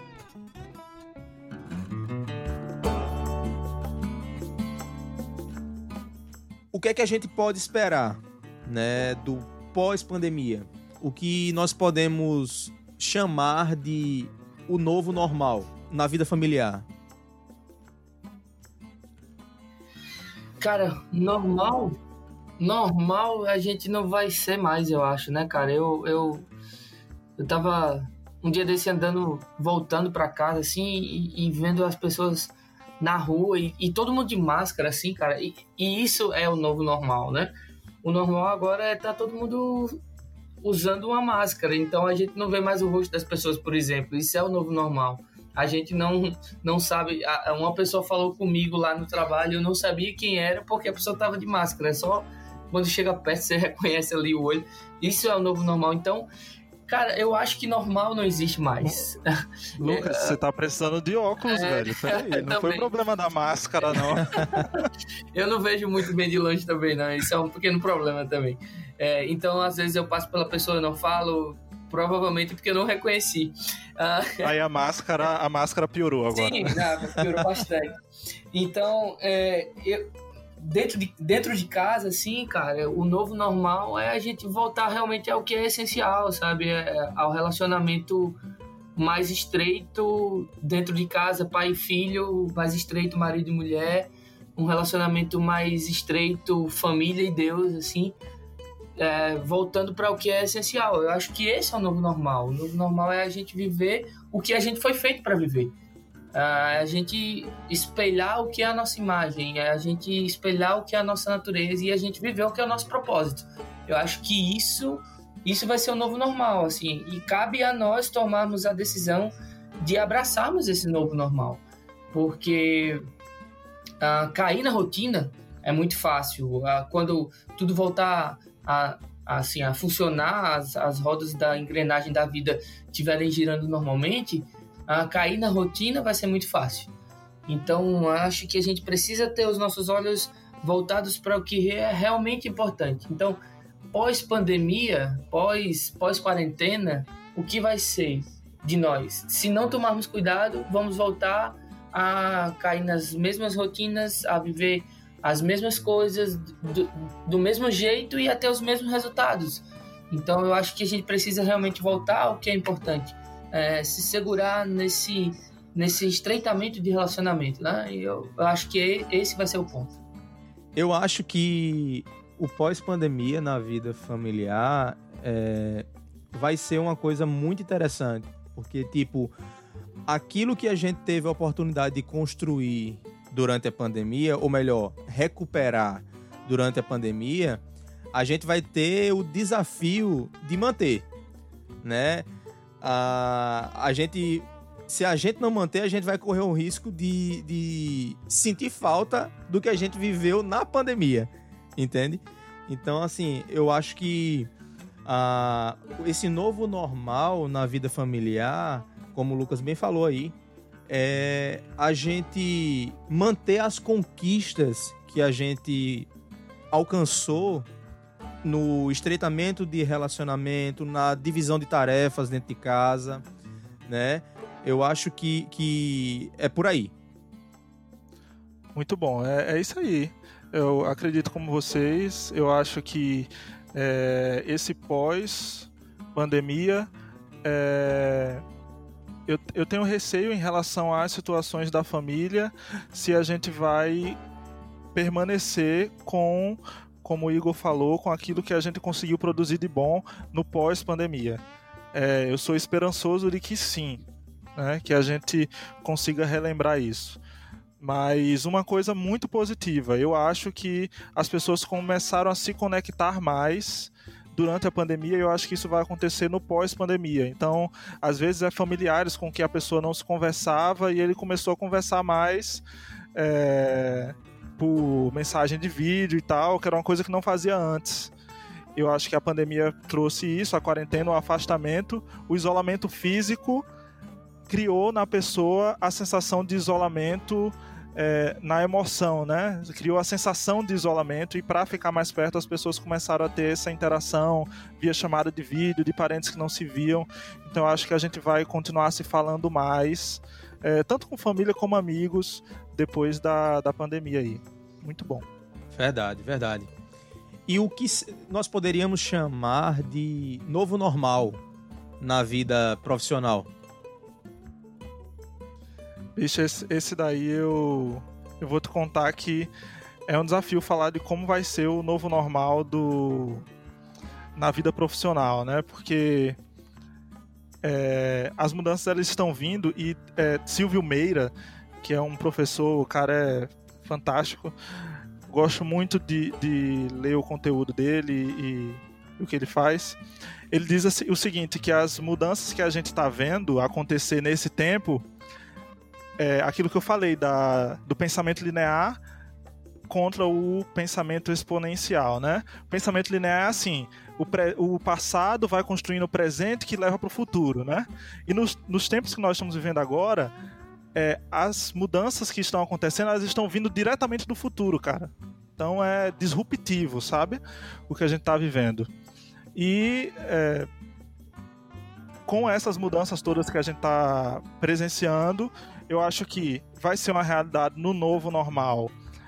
O que é que a gente pode esperar, né, do pós-pandemia? O que nós podemos chamar de o novo normal na vida familiar? Cara, normal a gente não vai ser mais, eu acho, né, cara? Eu tava um dia desse voltando pra casa, assim, e vendo as pessoas na rua e todo mundo de máscara, assim, cara, e isso é o novo normal, né? O normal agora é tá todo mundo usando uma máscara, então a gente não vê mais o rosto das pessoas, por exemplo. Isso é o novo normal. A gente não sabe. Uma pessoa falou comigo lá no trabalho, eu não sabia quem era porque a pessoa tava de máscara. É só quando chega perto você reconhece ali o olho. Isso é o novo normal. Então, cara, eu acho que normal não existe mais. Lucas, você tá precisando de óculos, velho. Peraí, não foi problema da máscara, não. Eu não vejo muito bem de longe também, não. Isso é um pequeno problema também. Então, às vezes eu passo pela pessoa e não falo, provavelmente porque eu não reconheci. Aí a máscara piorou agora. Sim, piorou bastante. Então, dentro de casa, assim, cara, o novo normal é a gente voltar realmente ao que é essencial, sabe? Ao relacionamento mais estreito dentro de casa, pai e filho, mais estreito marido e mulher, um relacionamento mais estreito família e Deus, assim, voltando para o que é essencial. Eu acho que esse é o novo normal. O novo normal é a gente viver o que a gente foi feito para viver. A gente espelhar o que é a nossa imagem, a gente espelhar o que é a nossa natureza e a gente viver o que é o nosso propósito. Eu acho que isso vai ser o novo normal, assim, e cabe a nós tomarmos a decisão de abraçarmos esse novo normal, porque cair na rotina é muito fácil. Quando tudo voltar a funcionar, as rodas da engrenagem da vida estiverem girando normalmente, cair na rotina vai ser muito fácil. Então, acho que a gente precisa ter os nossos olhos voltados para o que é realmente importante. Então, pós-pandemia, pós-quarentena, o que vai ser de nós? Se não tomarmos cuidado, vamos voltar a cair nas mesmas rotinas, a viver as mesmas coisas do mesmo jeito e até os mesmos resultados. Então, eu acho que a gente precisa realmente voltar ao que é importante, se segurar nesse estreitamento de relacionamento, né? E eu acho que esse vai ser o ponto. Eu acho que o pós-pandemia na vida familiar vai ser uma coisa muito interessante, porque, tipo, aquilo que a gente teve a oportunidade de construir durante a pandemia, ou melhor, recuperar durante a pandemia, a gente vai ter o desafio de manter, né? Se a gente não manter, a gente vai correr o risco de sentir falta do que a gente viveu na pandemia, entende? Então, assim, eu acho que esse novo normal na vida familiar, como o Lucas bem falou aí, é a gente manter as conquistas que a gente alcançou no estreitamento de relacionamento, na divisão de tarefas dentro de casa, né? Eu acho que é por aí. Muito bom, é isso aí. Eu acredito como vocês, eu acho que esse pós-pandemia, eu tenho receio em relação às situações da família, se a gente vai permanecer com, como o Igor falou, com aquilo que a gente conseguiu produzir de bom no pós-pandemia. Eu sou esperançoso de que sim, né, que a gente consiga relembrar isso. Mas uma coisa muito positiva, eu acho que as pessoas começaram a se conectar mais durante a pandemia, e eu acho que isso vai acontecer no pós-pandemia. Então, às vezes familiares com que a pessoa não se conversava e ele começou a conversar mais por mensagem de vídeo e tal, que era uma coisa que não fazia antes. Eu acho que a pandemia trouxe isso, a quarentena, o afastamento, o isolamento físico criou na pessoa a sensação de isolamento na emoção, né? Criou a sensação de isolamento, e para ficar mais perto as pessoas começaram a ter essa interação via chamada de vídeo, de parentes que não se viam. Então eu acho que a gente vai continuar se falando mais, tanto com família como amigos, depois da pandemia aí. Muito bom. Verdade, verdade. E o que nós poderíamos chamar de novo normal na vida profissional? Bicho, esse daí eu vou te contar que é um desafio falar de como vai ser o novo normal na vida profissional, né? Porque as mudanças elas estão vindo, e Silvio Meira, que é um professor, o cara é fantástico, gosto muito de ler o conteúdo dele e o que ele faz. Ele diz o seguinte, que as mudanças que a gente está vendo acontecer nesse tempo, aquilo que eu falei do pensamento linear contra o pensamento exponencial, né? O pensamento linear é assim, o passado vai construindo o presente que leva para o futuro, né? E nos tempos que nós estamos vivendo agora, as mudanças que estão acontecendo, elas estão vindo diretamente do futuro, cara. Então é disruptivo, sabe? O que a gente está vivendo. E com essas mudanças todas que a gente está presenciando, eu acho que vai ser uma realidade no novo normal.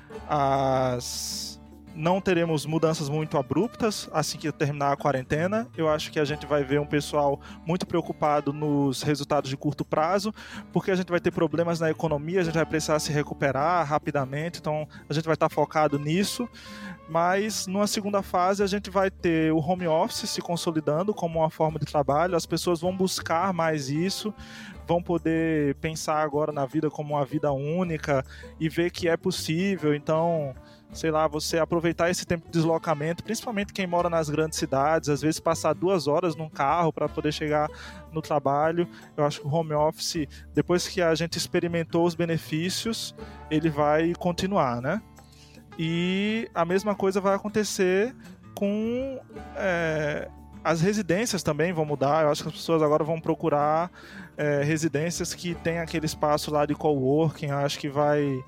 Não teremos mudanças muito abruptas assim que terminar a quarentena. Eu acho que a gente vai ver um pessoal muito preocupado nos resultados de curto prazo, porque a gente vai ter problemas na economia, a gente vai precisar se recuperar rapidamente, então a gente vai estar focado nisso. Mas numa segunda fase a gente vai ter o home office se consolidando como uma forma de trabalho, as pessoas vão buscar mais isso, vão poder pensar agora na vida como uma vida única e ver que é possível. Então, sei lá, você aproveitar esse tempo de deslocamento, principalmente quem mora nas grandes cidades, às vezes passar 2 horas num carro para poder chegar no trabalho. Eu acho que o home office, depois que a gente experimentou os benefícios, ele vai continuar, né? E a mesma coisa vai acontecer com as residências também vão mudar. Eu acho que as pessoas agora vão procurar residências que tem aquele espaço lá de coworking. Eu acho que vai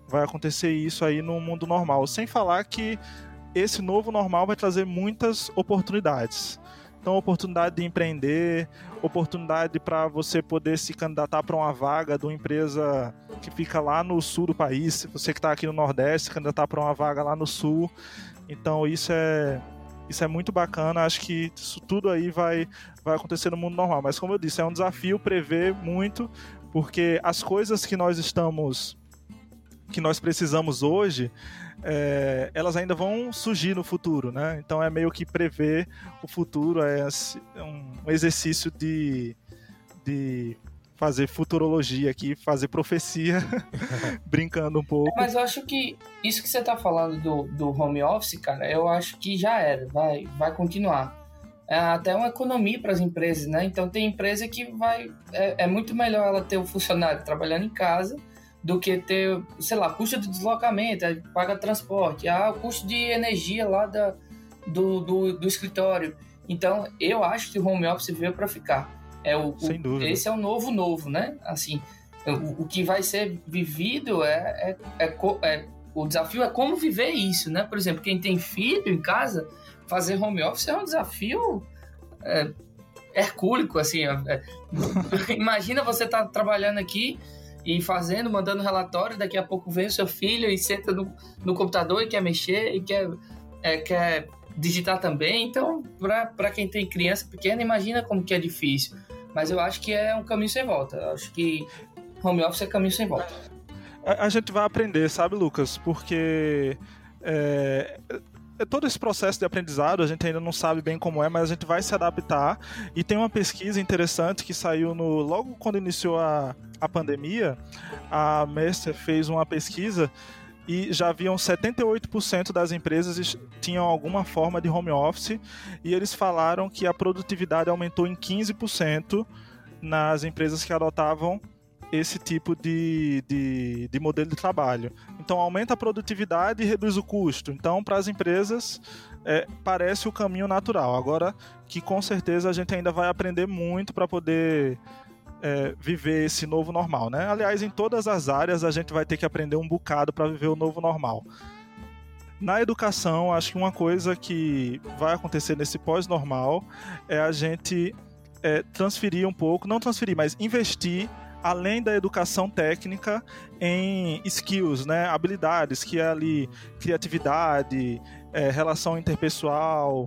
vai acontecer isso aí no mundo normal. Sem falar que esse novo normal vai trazer muitas oportunidades. Então, oportunidade de empreender, oportunidade para você poder se candidatar para uma vaga de uma empresa que fica lá no sul do país. Se você que está aqui no Nordeste, se candidatar para uma vaga lá no sul. Então, isso é muito bacana. Acho que isso tudo aí vai acontecer no mundo normal. Mas, como eu disse, é um desafio prever muito, porque as coisas que nós precisamos hoje, elas ainda vão surgir no futuro, né? Então é meio que prever o futuro, é um exercício de fazer futurologia aqui, fazer profecia, brincando um pouco. Mas eu acho que isso que você está falando do home office, cara, eu acho que já era, vai continuar. É até uma economia para as empresas, né? Então tem empresa que é muito melhor ela ter o funcionário trabalhando em casa do que ter, sei lá, custo de deslocamento, paga transporte, o custo de energia lá do escritório. Então, eu acho que o home office veio para ficar. Sem dúvida. Esse é o novo, né? Assim, o que vai ser vivido o desafio é como viver isso, né? Por exemplo, quem tem filho em casa, fazer home office é um desafio hercúlico, assim. Imagina você tá trabalhando aqui e mandando relatório, daqui a pouco vem o seu filho e senta no computador e quer mexer e quer digitar também. Então, para quem tem criança pequena, imagina como que é difícil. Mas eu acho que é um caminho sem volta. Eu acho que home office é caminho sem volta. A gente vai aprender, sabe, Lucas? Porque todo esse processo de aprendizado, a gente ainda não sabe bem como mas a gente vai se adaptar. E tem uma pesquisa interessante que saiu logo quando iniciou a pandemia. A Mercer fez uma pesquisa e já haviam 78% das empresas tinham alguma forma de home office, e eles falaram que a produtividade aumentou em 15% nas empresas que adotavam esse tipo de modelo de trabalho. Então aumenta a produtividade e reduz o custo. Então, para as empresas, parece o caminho natural. Agora que com certeza a gente ainda vai aprender muito para poder viver esse novo normal, né? Aliás, em todas as áreas a gente vai ter que aprender um bocado para viver o novo normal. Na educação, acho que uma coisa que vai acontecer nesse pós-normal é a gente transferir um pouco, não transferir, mas investir além da educação técnica em skills, né? Habilidades, que é ali criatividade, relação interpessoal,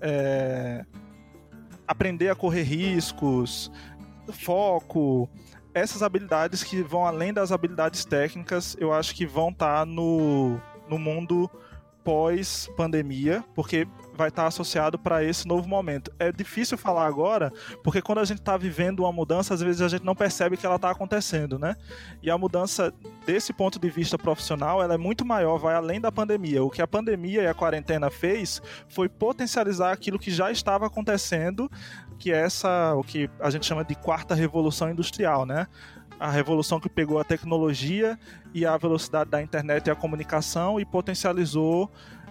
aprender a correr riscos, foco. Essas habilidades que vão além das habilidades técnicas, eu acho que vão estar no mundo pós-pandemia, porque vai estar associado para esse novo momento. É difícil falar agora, porque quando a gente está vivendo uma mudança, às vezes a gente não percebe que ela está acontecendo, né? E a mudança, desse ponto de vista profissional, ela é muito maior, vai além da pandemia. O que a pandemia e a quarentena fez foi potencializar aquilo que já estava acontecendo, que é o que a gente chama de quarta revolução industrial, né? A revolução que pegou a tecnologia e a velocidade da internet e a comunicação e potencializou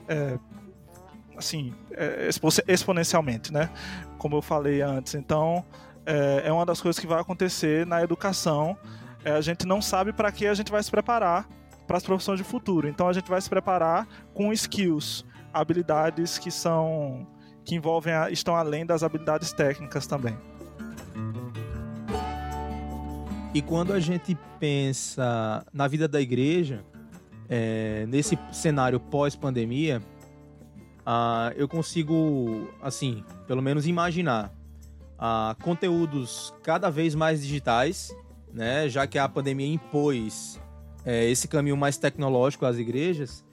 exponencialmente, né? Como eu falei antes. Então, é uma das coisas que vai acontecer na educação. A gente não sabe para que a gente vai se preparar para as profissões de futuro. Então, a gente vai se preparar com skills, habilidades que estão além das habilidades técnicas também. E quando a gente pensa na vida da igreja, nesse cenário pós-pandemia, eu consigo, assim, pelo menos imaginar conteúdos cada vez mais digitais, né? Já que a pandemia impôs esse caminho mais tecnológico às igrejas,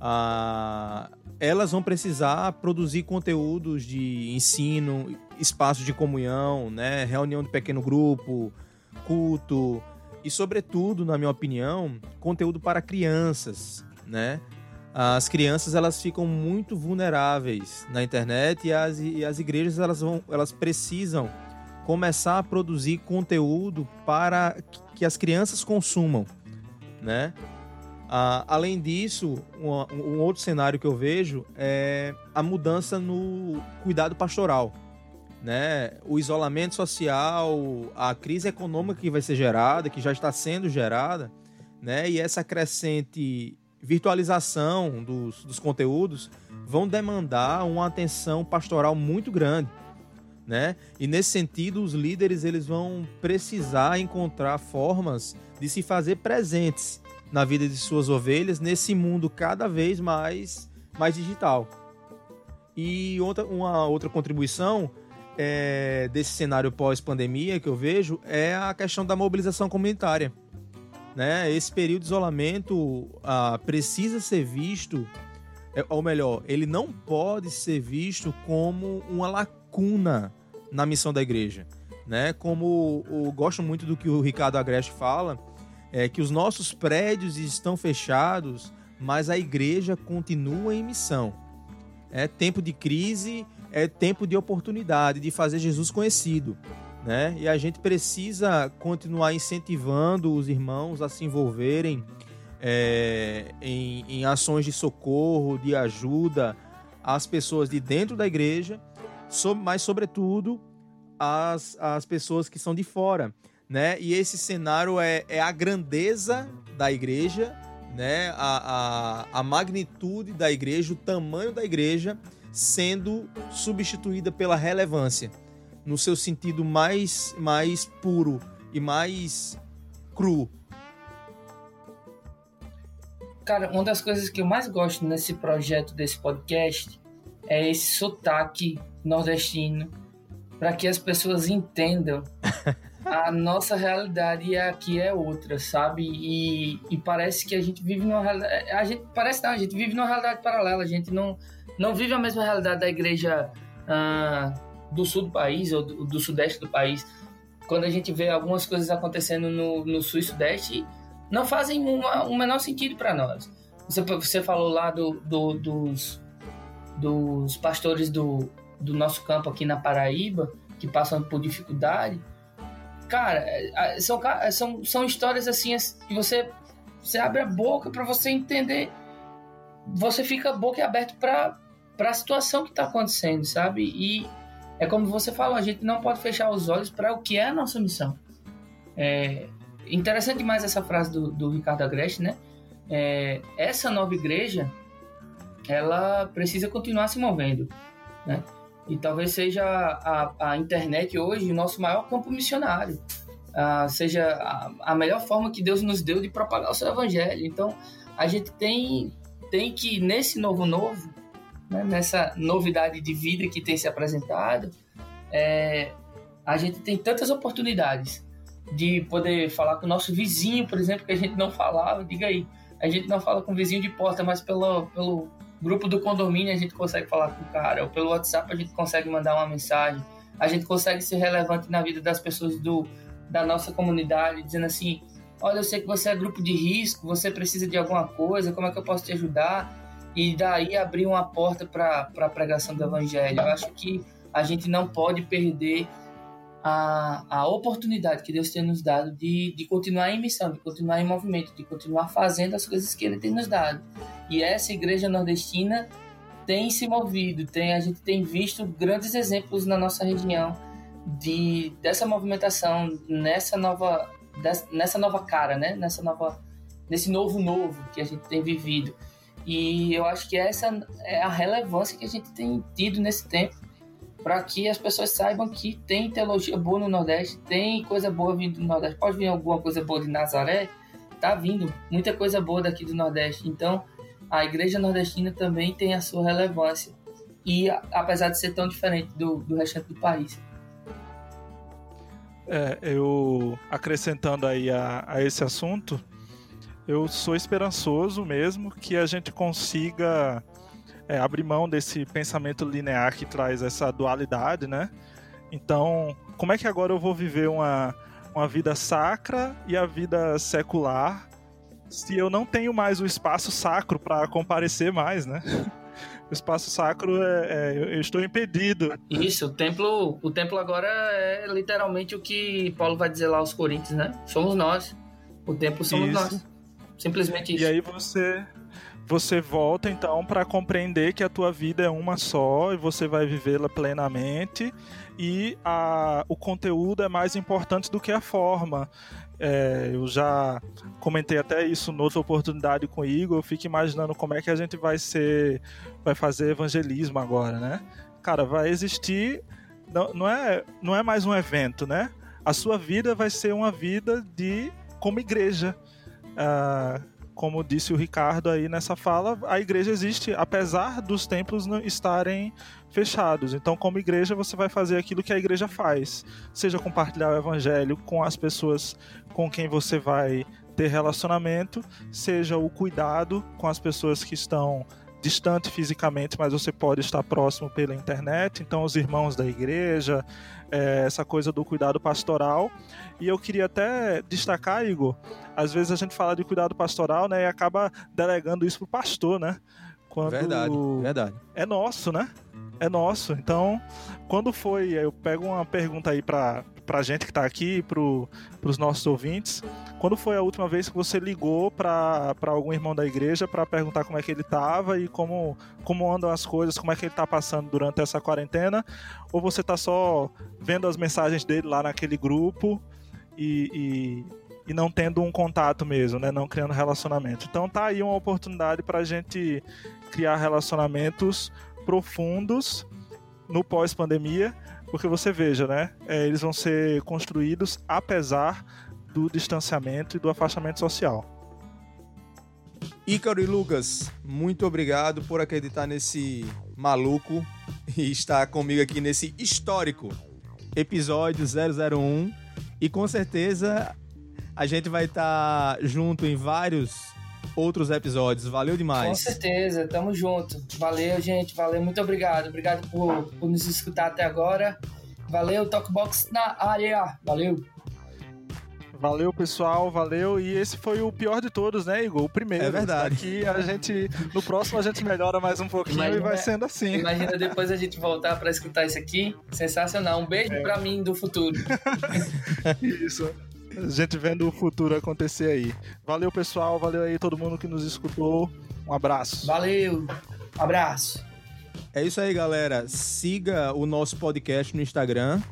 elas vão precisar produzir conteúdos de ensino, espaço de comunhão, né? Reunião de pequeno grupo, culto e, sobretudo, na minha opinião, conteúdo para crianças, né? As crianças, elas ficam muito vulneráveis na internet e as igrejas elas precisam começar a produzir conteúdo para que as crianças consumam, né? Além disso, um outro cenário que eu vejo é a mudança no cuidado pastoral, né? O isolamento social, a crise econômica que vai ser gerada, que já está sendo gerada, né? E essa crescente virtualização dos conteúdos vão demandar uma atenção pastoral muito grande, né? E nesse sentido, os líderes eles vão precisar encontrar formas de se fazer presentes na vida de suas ovelhas nesse mundo cada vez mais digital. E uma outra contribuição desse cenário pós-pandemia que eu vejo é a questão da mobilização comunitária, né? Esse período de isolamento precisa ser visto, ou melhor, ele não pode ser visto como uma lacuna na missão da igreja, né? Como eu gosto muito do que o Ricardo Agreste fala, que os nossos prédios estão fechados, mas a igreja continua em missão. É tempo de crise, é tempo de oportunidade de fazer Jesus conhecido, né? E a gente precisa continuar incentivando os irmãos a se envolverem em ações de socorro, de ajuda às pessoas de dentro da igreja, mas sobretudo as pessoas que são de fora, né? E esse cenário é a grandeza da igreja, né? A magnitude da igreja, o tamanho da igreja sendo substituída pela relevância, no seu sentido mais puro e mais cru. Cara, uma das coisas que eu mais gosto nesse projeto, desse podcast, é esse sotaque nordestino, para que as pessoas entendam a nossa realidade e aqui é outra, sabe? E parece que a gente vive numa realidade... A gente vive numa realidade paralela, a gente não vive a mesma realidade da igreja do sul do país ou do sudeste do país. Quando a gente vê algumas coisas acontecendo no sul e sudeste, não fazem um menor sentido para nós. Você falou lá dos pastores do nosso campo aqui na Paraíba, que passam por dificuldade. Cara, são histórias assim que você abre a boca para você entender. Você fica boca aberta para a situação que está acontecendo, sabe? E é como você falou, a gente não pode fechar os olhos para o que é a nossa missão. Interessante demais essa frase do Ricardo Agreste, né? Essa nova igreja, ela precisa continuar se movendo, né? E talvez seja a internet hoje o nosso maior campo missionário, seja a melhor forma que Deus nos deu de propagar o seu evangelho. Então, a gente tem que, nesse novo, né, nessa novidade de vida que tem se apresentado, a gente tem tantas oportunidades de poder falar com o nosso vizinho, por exemplo, que a gente não falava. Diga aí, a gente não fala com o vizinho de porta, mas pelo grupo do condomínio a gente consegue falar com o cara, ou pelo WhatsApp a gente consegue mandar uma mensagem, a gente consegue ser relevante na vida das pessoas da nossa comunidade, dizendo assim: olha, eu sei que você é grupo de risco, você precisa de alguma coisa, como é que eu posso te ajudar? E daí abrir uma porta para a pregação do evangelho. Eu acho que a gente não pode perder a oportunidade que Deus tem nos dado de continuar em missão, de continuar em movimento, de continuar fazendo as coisas que Ele tem nos dado. E essa igreja nordestina tem se movido, a gente tem visto grandes exemplos na nossa região dessa movimentação, nessa nova cara, né? Nesse novo que a gente tem vivido. E eu acho que essa é a relevância que a gente tem tido nesse tempo, para que as pessoas saibam que tem teologia boa no Nordeste, tem coisa boa vindo do Nordeste. Pode vir alguma coisa boa de Nazaré? Tá vindo muita coisa boa daqui do Nordeste. Então, a igreja nordestina também tem a sua relevância, e apesar de ser tão diferente do restante do país. Eu acrescentando aí a esse assunto, eu sou esperançoso mesmo que a gente consiga abrir mão desse pensamento linear que traz essa dualidade, né? Então, como é que agora eu vou viver uma vida sacra e a vida secular se eu não tenho mais o espaço sacro para comparecer mais, né? O espaço sacro, eu estou impedido. Isso, o templo agora é literalmente o que Paulo vai dizer lá aos Coríntios, né? Somos nós. O templo somos nós. Simplesmente isso. E aí você volta então para compreender que a tua vida é uma só e você vai vivê-la plenamente, e o conteúdo é mais importante do que a forma. Eu já comentei até isso noutra oportunidade com o Igor. Eu fico imaginando como é que a gente vai fazer evangelismo agora, né? Cara, vai existir, não é mais um evento, né? A sua vida vai ser uma vida como igreja. Como disse o Ricardo aí nessa fala, a igreja existe apesar dos templos não estarem fechados. Então, como igreja, você vai fazer aquilo que a igreja faz, seja compartilhar o evangelho com as pessoas com quem você vai ter relacionamento, seja o cuidado com as pessoas que estão distante fisicamente, mas você pode estar próximo pela internet. Então, os irmãos da igreja, essa coisa do cuidado pastoral. E eu queria até destacar, Igor, às vezes a gente fala de cuidado pastoral, né, e acaba delegando isso pro pastor, né? Quando Verdade. É nosso, né? É nosso. Então, quando foi... Eu pego uma pergunta aí pra gente que tá aqui, pros nossos ouvintes. Quando foi a última vez que você ligou pra algum irmão da igreja pra perguntar como é que ele tava e como andam as coisas, como é que ele tá passando durante essa quarentena? Ou você tá só vendo as mensagens dele lá naquele grupo e não tendo um contato mesmo, né? Não criando relacionamento. Então tá aí uma oportunidade pra gente criar relacionamentos profundos no pós-pandemia, porque você veja, né? Eles vão ser construídos apesar do distanciamento e do afastamento social. Ícaro e Lucas, muito obrigado por acreditar nesse maluco e estar comigo aqui nesse histórico episódio 001. E com certeza a gente vai estar junto em vários outros episódios. Valeu demais. Com certeza, tamo junto. Valeu, gente. Valeu, muito obrigado. Obrigado por nos escutar até agora. Valeu, Talkbox na área. Valeu. Valeu, pessoal, valeu. E esse foi o pior de todos, né, Igor? O primeiro. É verdade. Aqui no próximo a gente melhora mais um pouquinho e vai sendo assim. Imagina depois a gente voltar pra escutar isso aqui. Sensacional. Um beijo pra mim do futuro. Isso. A gente vendo o futuro acontecer aí. Valeu, pessoal. Valeu aí todo mundo que nos escutou. Um abraço. Valeu. Abraço. É isso aí, galera. Siga o nosso podcast no Instagram,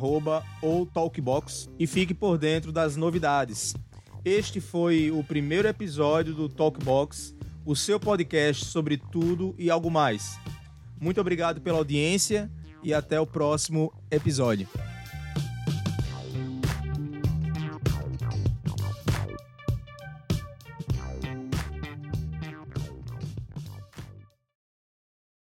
@outalkbox, e fique por dentro das novidades. Este foi o primeiro episódio do Talkbox, o seu podcast sobre tudo e algo mais. Muito obrigado pela audiência e até o próximo episódio.